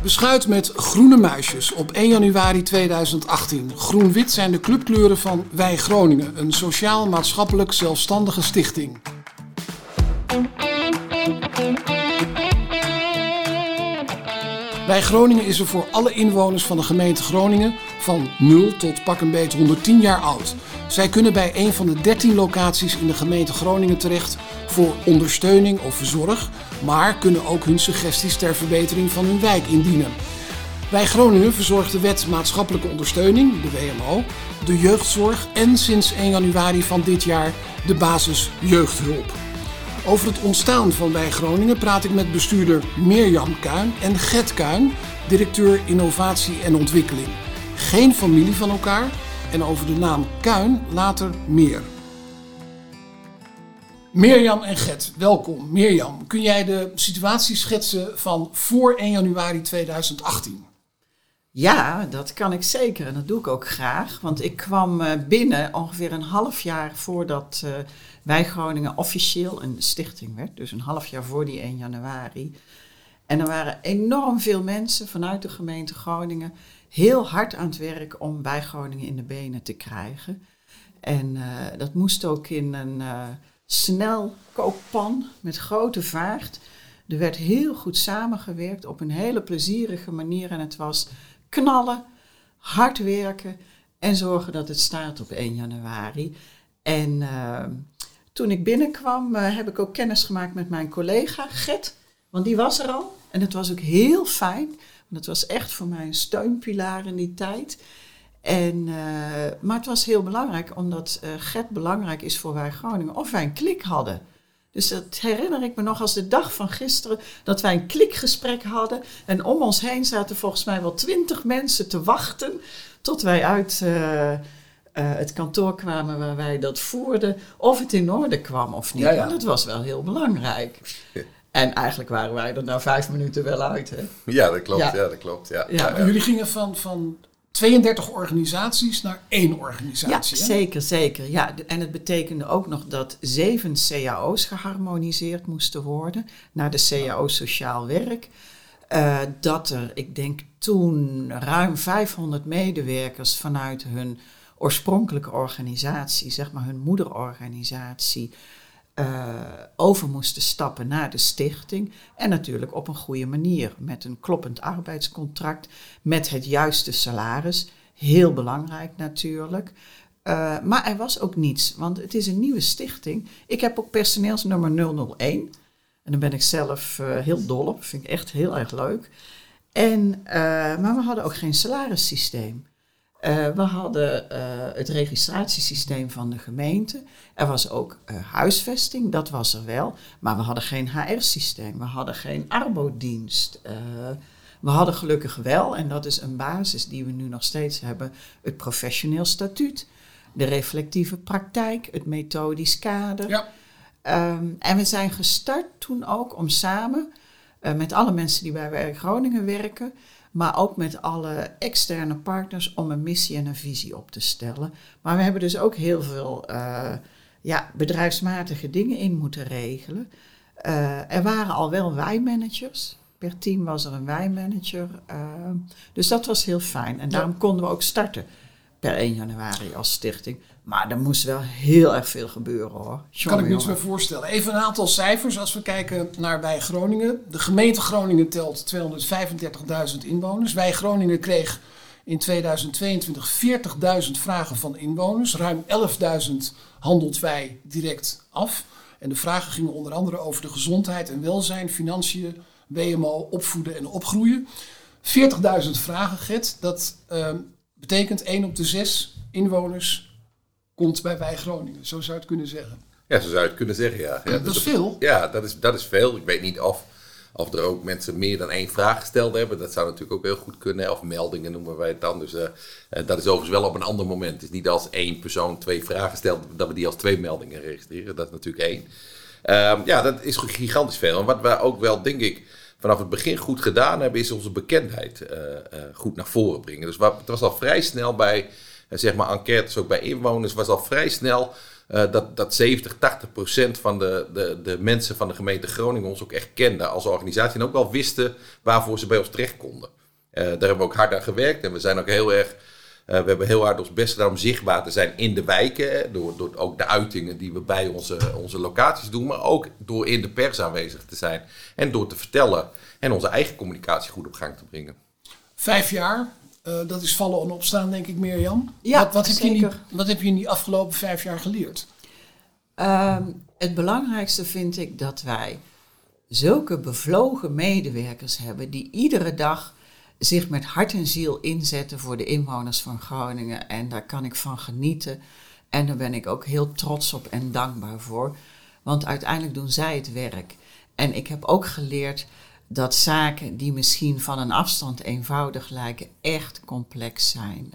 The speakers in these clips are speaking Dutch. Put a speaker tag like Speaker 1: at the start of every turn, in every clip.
Speaker 1: Beschuit met groene muisjes op 1 januari 2018. Groen-wit zijn de clubkleuren van Wij Groningen, een sociaal-maatschappelijk zelfstandige stichting. Wij Groningen is er voor alle inwoners van de gemeente Groningen van 0 tot pak een beet 110 jaar oud. Zij kunnen bij een van de 13 locaties in de gemeente Groningen terecht voor ondersteuning of zorg, maar kunnen ook hun suggesties ter verbetering van hun wijk indienen. Wij Groningen verzorgt de wet maatschappelijke ondersteuning, de WMO, de jeugdzorg en sinds 1 januari van dit jaar de basis jeugdhulp. Over het ontstaan van Wij Groningen praat ik met bestuurder Mirjam Kuin en Gert Kuin, directeur innovatie en ontwikkeling. Geen familie van elkaar en over de naam Kuin later meer. Mirjam en Gert, welkom. Mirjam, kun jij de situatie schetsen van voor 1 januari 2018?
Speaker 2: Ja, dat kan ik zeker en dat doe ik ook graag. Want ik kwam binnen ongeveer een half jaar voordat Wij Groningen officieel een stichting werd. Dus een half jaar voor die 1 januari. En er waren enorm veel mensen vanuit de gemeente Groningen heel hard aan het werk om Wij Groningen in de benen te krijgen. En dat moest ook in een snelkookpan met grote vaart. Er werd heel goed samengewerkt op een hele plezierige manier en het was knallen, hard werken en zorgen dat het staat op 1 januari. En toen ik binnenkwam heb ik ook kennis gemaakt met mijn collega Gert, want die was er al. En het was ook heel fijn, want het was echt voor mij een steunpilaar in die tijd. Maar het was heel belangrijk, omdat Gert belangrijk is voor Wij Groningen, of wij een klik hadden. Dus dat herinner ik me nog als de dag van gisteren, dat wij een klikgesprek hadden. En om ons heen zaten volgens mij wel 20 mensen te wachten tot wij uit het kantoor kwamen waar wij dat voerden. Of het in orde kwam of niet, want dat was wel heel belangrijk. En eigenlijk waren wij er na 5 minuten wel uit. Hè?
Speaker 3: Ja, dat klopt. Ja, dat klopt.
Speaker 1: Maar jullie gingen van 32 organisaties naar 1 organisatie.
Speaker 2: Ja, zeker. Ja, en het betekende ook nog dat 7 cao's geharmoniseerd moesten worden naar de CAO Sociaal Werk. Dat er, ik denk toen, ruim 500 medewerkers vanuit hun oorspronkelijke organisatie, zeg maar hun moederorganisatie, over moesten stappen naar de stichting. En natuurlijk op een goede manier, met een kloppend arbeidscontract, met het juiste salaris. Heel belangrijk natuurlijk. Maar er was ook niets, want het is een nieuwe stichting. Ik heb ook personeelsnummer 001. En daar ben ik zelf heel dol op. Vind ik echt heel erg leuk. Maar we hadden ook geen salarissysteem. We hadden het registratiesysteem van de gemeente. Er was ook huisvesting, dat was er wel. Maar we hadden geen HR-systeem, we hadden geen arbodienst. We hadden gelukkig wel, en dat is een basis die we nu nog steeds hebben, het professioneel statuut, de reflectieve praktijk, het methodisch kader. Ja. En we zijn gestart toen ook om samen met alle mensen die bij Wij Groningen werken, maar ook met alle externe partners om een missie en een visie op te stellen. Maar we hebben dus ook heel veel bedrijfsmatige dingen in moeten regelen. Er waren al wel wijmanagers. Per team was er een wijmanager. Dus dat was heel fijn. En daarom konden we ook starten per 1 januari als stichting. Maar er moest wel heel erg veel gebeuren hoor.
Speaker 1: Kan ik me iets meer voorstellen. Even een aantal cijfers als we kijken naar Wij Groningen. De gemeente Groningen telt 235.000 inwoners. Wij Groningen kreeg in 2022 40.000 vragen van inwoners. Ruim 11.000 handelt wij direct af. En de vragen gingen onder andere over de gezondheid en welzijn, financiën, WMO, opvoeden en opgroeien. 40.000 vragen, Gert. Dat betekent 1 op de 6 inwoners komt bij Wij Groningen. Zo zou je het kunnen zeggen.
Speaker 3: Ja, zo zou je het kunnen zeggen, ja.
Speaker 1: Dat is veel.
Speaker 3: Ja, dat is veel. Ik weet niet of er ook mensen meer dan 1 vraag gesteld hebben. Dat zou natuurlijk ook heel goed kunnen. Of meldingen noemen wij het dan. Dus dat is overigens wel op een ander moment. Het is niet als 1 persoon 2 vragen stelt, dat we die als 2 meldingen registreren. Dat is natuurlijk 1. Dat is gigantisch veel. En wat wij ook wel, denk ik, vanaf het begin goed gedaan hebben, is onze bekendheid goed naar voren brengen. Dus het was al vrij snel bij, zeg maar, enquêtes, ook bij inwoners, was al vrij snel dat 70-80% van de mensen van de gemeente Groningen ons ook echt kenden als organisatie. En ook wel wisten waarvoor ze bij ons terecht konden. Daar hebben we ook hard aan gewerkt. En we zijn ook heel erg... we hebben heel hard ons best gedaan om zichtbaar te zijn in de wijken. Door ook de uitingen die we bij onze locaties doen. Maar ook door in de pers aanwezig te zijn. En door te vertellen. En onze eigen communicatie goed op gang te brengen.
Speaker 1: 5 jaar, dat is vallen en opstaan, denk ik, Mirjam.
Speaker 2: Ja,
Speaker 1: Wat heb je in die afgelopen 5 jaar geleerd?
Speaker 2: Het belangrijkste vind ik dat wij zulke bevlogen medewerkers hebben die iedere dag zich met hart en ziel inzetten voor de inwoners van Groningen. En daar kan ik van genieten. En daar ben ik ook heel trots op en dankbaar voor. Want uiteindelijk doen zij het werk. En ik heb ook geleerd dat zaken die misschien van een afstand eenvoudig lijken, echt complex zijn.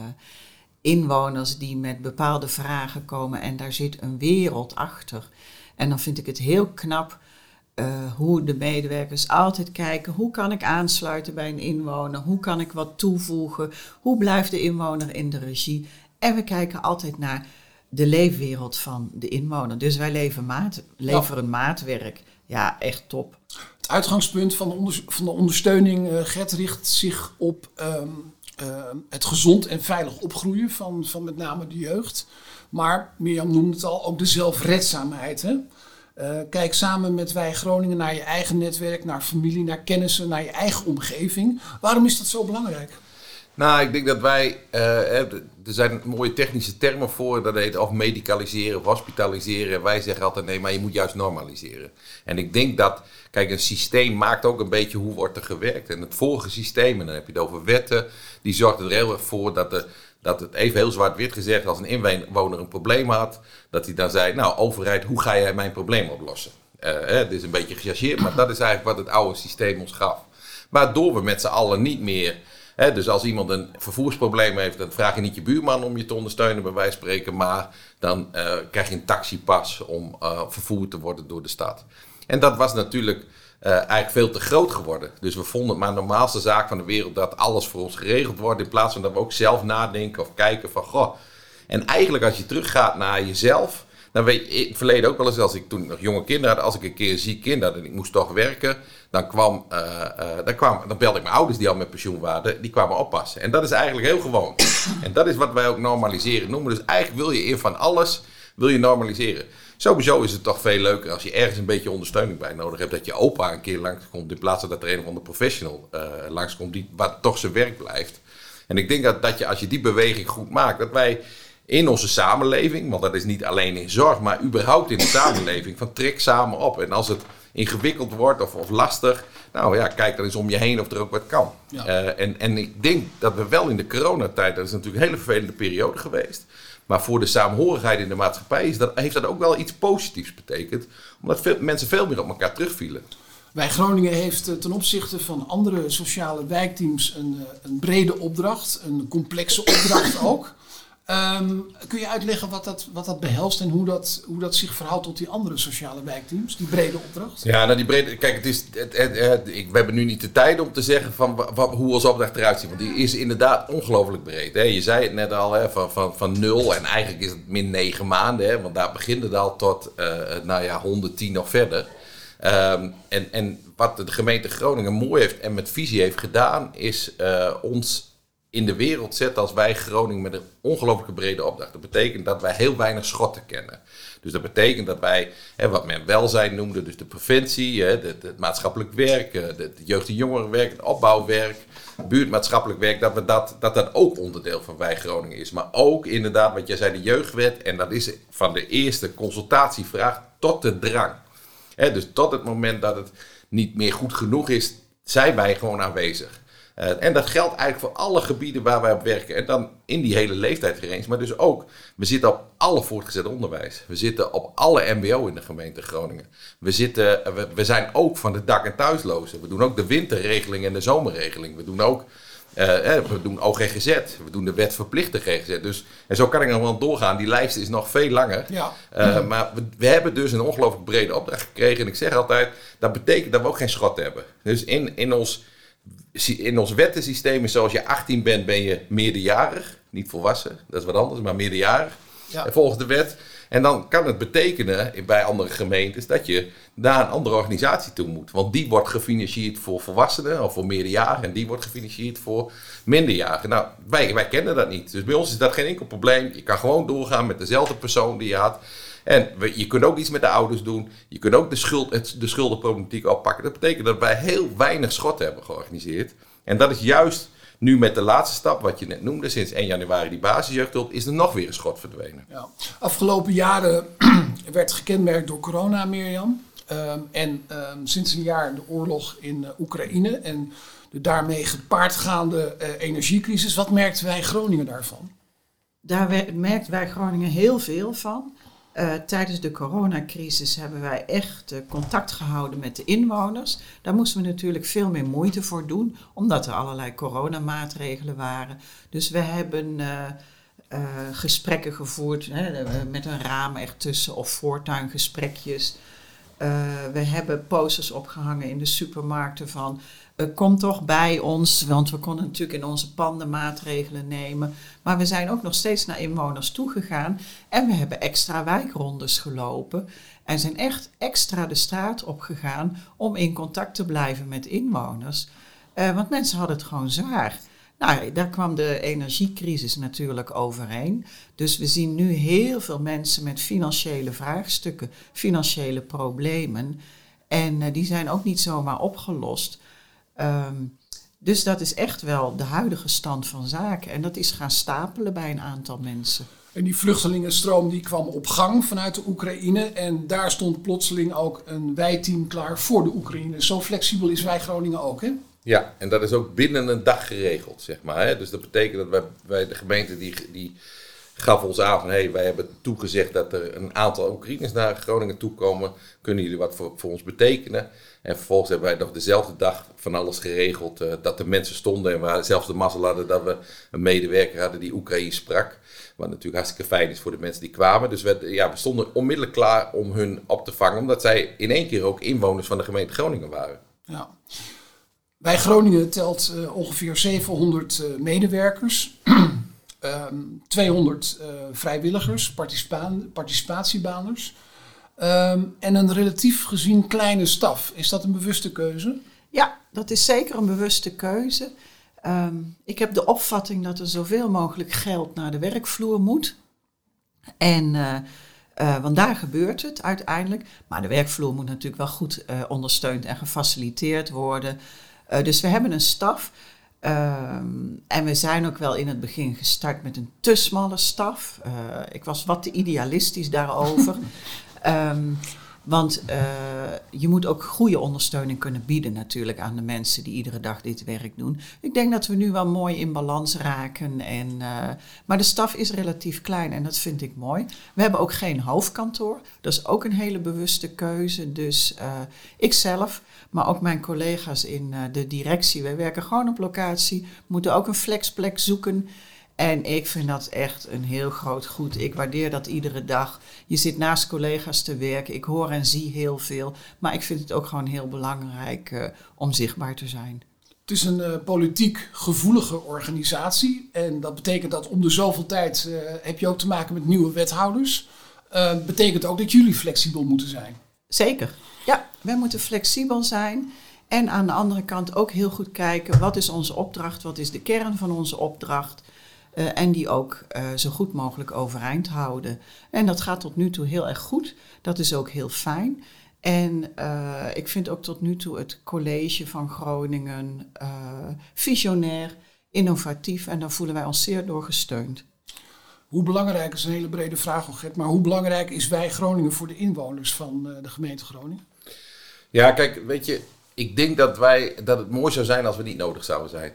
Speaker 2: Inwoners die met bepaalde vragen komen en daar zit een wereld achter. En dan vind ik het heel knap hoe de medewerkers altijd kijken, hoe kan ik aansluiten bij een inwoner, hoe kan ik wat toevoegen, hoe blijft de inwoner in de regie. En we kijken altijd naar de leefwereld van de inwoner. Dus wij leveren maatwerk. Ja, echt top.
Speaker 1: Het uitgangspunt van de ondersteuning, Gert, richt zich op het gezond en veilig opgroeien van met name de jeugd. Maar Mirjam noemde het al, ook de zelfredzaamheid. Hè? Kijk samen met Wij Groningen naar je eigen netwerk, naar familie, naar kennissen, naar je eigen omgeving. Waarom is dat zo belangrijk?
Speaker 3: Nou, ik denk dat wij, er zijn mooie technische termen voor, dat heet of medicaliseren of hospitaliseren. Wij zeggen altijd nee, maar je moet juist normaliseren. En ik denk dat, kijk, een systeem maakt ook een beetje hoe wordt er gewerkt. En het vorige systeem, en dan heb je het over wetten, die zorgde er heel erg voor dat het even heel zwart-wit gezegd, als een inwoner een probleem had, dat hij dan zei, nou overheid, hoe ga jij mijn probleem oplossen? Het is een beetje gechargeerd, maar dat is eigenlijk wat het oude systeem ons gaf. Waardoor we met z'n allen niet meer... dus als iemand een vervoersprobleem heeft, dan vraag je niet je buurman om je te ondersteunen, bij wijze van spreken, maar dan krijg je een taxipas om vervoerd te worden door de stad. En dat was natuurlijk eigenlijk veel te groot geworden. Dus we vonden het maar de normaalste zaak van de wereld dat alles voor ons geregeld wordt, in plaats van dat we ook zelf nadenken of kijken van, goh. En eigenlijk als je teruggaat naar jezelf, dan weet je, in het verleden ook wel eens, toen ik nog jonge kinderen had, als ik een keer een ziek kind had en ik moest toch werken, dan belde ik mijn ouders die al met pensioen waren, die kwamen oppassen. En dat is eigenlijk heel gewoon. En dat is wat wij ook normaliseren noemen. Dus eigenlijk wil je in van alles, wil je normaliseren. Sowieso is het toch veel leuker als je ergens een beetje ondersteuning bij nodig hebt, dat je opa een keer langskomt, in plaats van dat er een of andere professional langskomt, die wat toch zijn werk blijft. En ik denk dat je, als je die beweging goed maakt, dat wij in onze samenleving, want dat is niet alleen in zorg, maar überhaupt in de samenleving, van trek samen op. En als het ingewikkeld wordt of lastig, nou ja, kijk dan eens om je heen of er ook wat kan. Ja. En ik denk dat we wel in de coronatijd, dat is natuurlijk een hele vervelende periode geweest, maar voor de saamhorigheid in de maatschappij heeft dat ook wel iets positiefs betekend, omdat mensen veel meer op elkaar terugvielen.
Speaker 1: Wij Groningen heeft ten opzichte van andere sociale wijkteams een brede opdracht, een complexe opdracht ook. Kun je uitleggen wat dat behelst en hoe dat zich verhoudt tot die andere sociale wijkteams, die brede opdracht? Ja,
Speaker 3: nou die brede, kijk, we hebben nu niet de tijd om te zeggen van hoe onze opdracht eruit ziet, want die is inderdaad ongelooflijk breed. Hè. Je zei het net al, hè, van 0 en eigenlijk is het min 9 maanden, hè, want daar begint het al tot 110 of verder. En wat de gemeente Groningen mooi heeft en met visie heeft gedaan, is ons in de wereld zetten als Wij Groningen met een ongelooflijke brede opdracht. Dat betekent dat wij heel weinig schotten kennen. Dus dat betekent dat wij, wat men welzijn noemde, dus de preventie, het maatschappelijk werk, het jeugd- en jongerenwerk, het opbouwwerk, buurtmaatschappelijk werk, dat ook onderdeel van Wij Groningen is. Maar ook inderdaad, wat jij zei, de jeugdwet, en dat is van de eerste consultatievraag tot de drang. Dus tot het moment dat het niet meer goed genoeg is, zijn wij gewoon aanwezig. En dat geldt eigenlijk voor alle gebieden waar wij op werken. En dan in die hele leeftijdsrange. Maar dus ook, we zitten op alle voortgezet onderwijs. We zitten op alle mbo in de gemeente Groningen. We zijn ook van de dak- en thuislozen. We doen ook de winterregeling en de zomerregeling. We doen ook we doen OGGZ. We doen de wet verplichte GGZ. Dus, en zo kan ik nog wel doorgaan. Die lijst is nog veel langer. Ja. Maar we hebben dus een ongelooflijk brede opdracht gekregen. En ik zeg altijd, dat betekent dat we ook geen schot hebben. Dus in ons wettensysteem is zoals je 18 bent, ben je meerderjarig. Niet volwassen, dat is wat anders, maar meerderjarig. Ja. Volgens de wet. En dan kan het betekenen bij andere gemeentes dat je naar een andere organisatie toe moet. Want die wordt gefinancierd voor volwassenen of voor meerderjarigen. En die wordt gefinancierd voor minderjarigen. Nou, wij kennen dat niet. Dus bij ons is dat geen enkel probleem. Je kan gewoon doorgaan met dezelfde persoon die je had. En je kunt ook iets met de ouders doen. Je kunt ook de schuldenproblematiek oppakken. Dat betekent dat wij heel weinig schot hebben georganiseerd. En dat is juist nu met de laatste stap, wat je net noemde, sinds 1 januari die basisjeugdhulp, is er nog weer een schot verdwenen.
Speaker 1: Ja. Afgelopen jaren werd gekenmerkt door corona, Mirjam. Sinds een jaar de oorlog in Oekraïne en de daarmee gepaardgaande energiecrisis. Wat merkten wij Groningen daarvan?
Speaker 2: Daar merkten wij Groningen heel veel van. Tijdens de coronacrisis hebben wij echt contact gehouden met de inwoners. Daar moesten we natuurlijk veel meer moeite voor doen, omdat er allerlei coronamaatregelen waren. Dus we hebben gesprekken gevoerd met een raam ertussen of voortuingesprekjes. We hebben posters opgehangen in de supermarkten van kom toch bij ons, want we konden natuurlijk in onze panden maatregelen nemen. Maar we zijn ook nog steeds naar inwoners toegegaan en we hebben extra wijkrondes gelopen en zijn echt extra de straat opgegaan om in contact te blijven met inwoners. Want mensen hadden het gewoon zwaar. Nou, daar kwam de energiecrisis natuurlijk overheen. Dus we zien nu heel veel mensen met financiële vraagstukken, financiële problemen. En die zijn ook niet zomaar opgelost. Dus dat is echt wel de huidige stand van zaken. En dat is gaan stapelen bij een aantal mensen.
Speaker 1: En die vluchtelingenstroom die kwam op gang vanuit de Oekraïne. En daar stond plotseling ook een wijkteam klaar voor de Oekraïne. Zo flexibel is Wij Groningen ook, hè?
Speaker 3: Ja, en dat is ook binnen een dag geregeld, zeg maar. Hè? Dus dat betekent dat wij de gemeente die gaf ons aan van wij hebben toegezegd dat er een aantal Oekraïners naar Groningen toekomen. Kunnen jullie wat voor ons betekenen? En vervolgens hebben wij nog dezelfde dag van alles geregeld dat de mensen stonden. En we zelfs de mazzel hadden dat we een medewerker hadden die Oekraïens sprak. Wat natuurlijk hartstikke fijn is voor de mensen die kwamen. Dus we stonden onmiddellijk klaar om hun op te vangen. Omdat zij in één keer ook inwoners van de gemeente Groningen waren.
Speaker 1: Ja. Wij Groningen telt ongeveer 700 medewerkers. 200 vrijwilligers, participatiebaners. En een relatief gezien kleine staf. Is dat een bewuste keuze?
Speaker 2: Ja, dat is zeker een bewuste keuze. Ik heb de opvatting dat er zoveel mogelijk geld naar de werkvloer moet. Want daar gebeurt het uiteindelijk. Maar de werkvloer moet natuurlijk wel goed ondersteund en gefaciliteerd worden. Dus we hebben een staf. En we zijn ook wel in het begin gestart met een te smalle staf. Ik was wat te idealistisch daarover. Want je moet ook goede ondersteuning kunnen bieden natuurlijk aan de mensen die iedere dag dit werk doen. Ik denk dat we nu wel mooi in balans raken. Maar de staf is relatief klein en dat vind ik mooi. We hebben ook geen hoofdkantoor. Dat is ook een hele bewuste keuze. Dus ikzelf, maar ook mijn collega's in de directie. Wij werken gewoon op locatie, moeten ook een flexplek zoeken. En ik vind dat echt een heel groot goed. Ik waardeer dat iedere dag. Je zit naast collega's te werken. Ik hoor en zie heel veel. Maar ik vind het ook gewoon heel belangrijk om zichtbaar te zijn.
Speaker 1: Het is een politiek gevoelige organisatie. En dat betekent dat om de zoveel tijd heb je ook te maken met nieuwe wethouders. Betekent ook dat jullie flexibel moeten zijn.
Speaker 2: Zeker. Ja, wij moeten flexibel zijn. En aan de andere kant ook heel goed kijken. Wat is onze opdracht? Wat is de kern van onze opdracht? En die ook zo goed mogelijk overeind houden. En dat gaat tot nu toe heel erg goed. Dat is ook heel fijn. En ik vind ook tot nu toe het college van Groningen visionair, innovatief. En daar voelen wij ons zeer door gesteund.
Speaker 1: Hoe belangrijk, is een hele brede vraag, Gert, maar hoe belangrijk is Wij Groningen voor de inwoners van de gemeente Groningen?
Speaker 3: Ja, kijk, weet je, ik denk dat het mooi zou zijn als we niet nodig zouden zijn.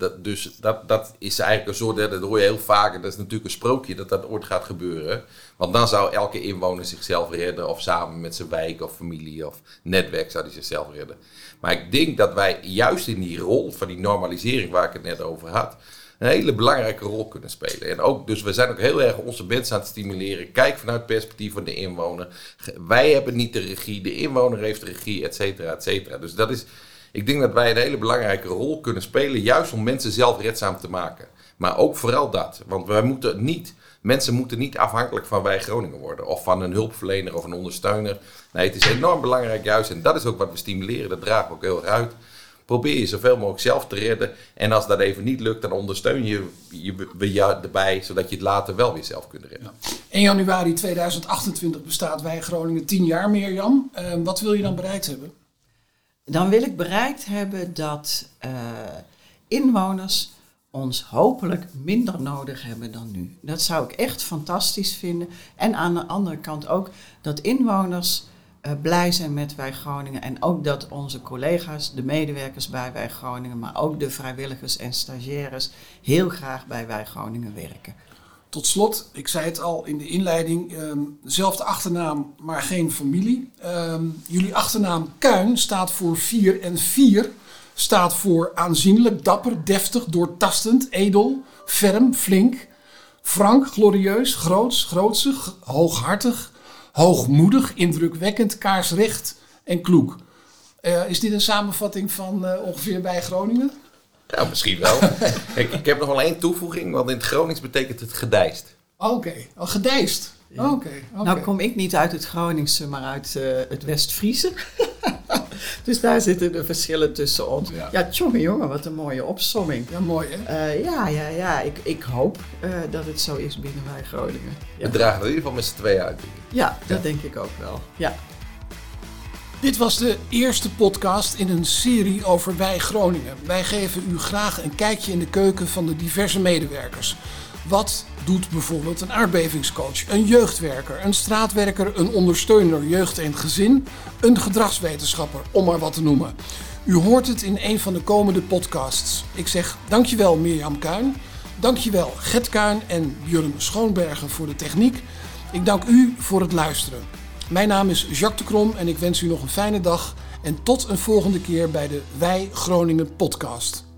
Speaker 3: Dat is eigenlijk een soort, dat hoor je heel vaak, dat is natuurlijk een sprookje dat ooit gaat gebeuren. Want dan zou elke inwoner zichzelf redden, of samen met zijn wijk of familie of netwerk zou hij zichzelf redden. Maar ik denk dat wij juist in die rol van die normalisering waar ik het net over had, een hele belangrijke rol kunnen spelen. En ook, dus we zijn ook heel erg onze mensen aan het stimuleren. Kijk vanuit het perspectief van de inwoner. Wij hebben niet de regie, de inwoner heeft de regie, et cetera, et cetera. Dus ik denk dat wij een hele belangrijke rol kunnen spelen, juist om mensen zelfredzaam te maken. Maar ook vooral dat. Want mensen moeten niet afhankelijk van Wij Groningen worden. Of van een hulpverlener of een ondersteuner. Nee, het is enorm belangrijk juist. En dat is ook wat we stimuleren. Dat dragen we ook heel erg uit. Probeer je zoveel mogelijk zelf te redden. En als dat even niet lukt, dan ondersteun je erbij. Zodat je het later wel weer zelf kunt redden.
Speaker 1: Ja. 1 januari 2028 bestaat Wij Groningen 10 jaar, Mirjam. Wat wil je dan bereikt hebben?
Speaker 2: Dan wil ik bereikt hebben dat inwoners ons hopelijk minder nodig hebben dan nu. Dat zou ik echt fantastisch vinden. En aan de andere kant ook dat inwoners blij zijn met Wij Groningen. En ook dat onze collega's, de medewerkers bij Wij Groningen, maar ook de vrijwilligers en stagiaires heel graag bij Wij Groningen werken.
Speaker 1: Tot slot, ik zei het al in de inleiding, dezelfde achternaam, maar geen familie. Jullie achternaam Kuin staat voor 4 en 4 staat voor aanzienlijk, dapper, deftig, doortastend, edel, ferm, flink. Frank, glorieus, groots, grootsig, hooghartig, hoogmoedig, indrukwekkend, kaarsrecht en kloek. Is dit een samenvatting van ongeveer Wij Groningen?
Speaker 3: Ja, misschien wel. Ik heb nog wel 1 toevoeging, want in het Gronings betekent het gedijst.
Speaker 1: Oké, gedijst.
Speaker 2: Ja.
Speaker 1: Oké.
Speaker 2: Nou kom ik niet uit het Groningse, maar uit het West-Friese. Dus daar zitten de verschillen tussen ons. Ja, jongen, wat een mooie opsomming.
Speaker 1: Ja, mooi hè?
Speaker 2: Ja. Ik hoop dat het zo is binnen Wij Groningen. Ja.
Speaker 3: We dragen er in ieder geval met z'n tweeën uit.
Speaker 2: Ja, dat denk ik ook wel. Ja.
Speaker 1: Dit was de eerste podcast in een serie over Wij Groningen. Wij geven u graag een kijkje in de keuken van de diverse medewerkers. Wat doet bijvoorbeeld een aardbevingscoach, een jeugdwerker, een straatwerker, een ondersteuner, jeugd en gezin, een gedragswetenschapper, om maar wat te noemen. U hoort het in een van de komende podcasts. Ik zeg dankjewel Mirjam Kuin, dankjewel Gert Kuin en Björn Schoonbergen voor de techniek. Ik dank u voor het luisteren. Mijn naam is Jacques de Krom en ik wens u nog een fijne dag en tot een volgende keer bij de Wij Groningen podcast.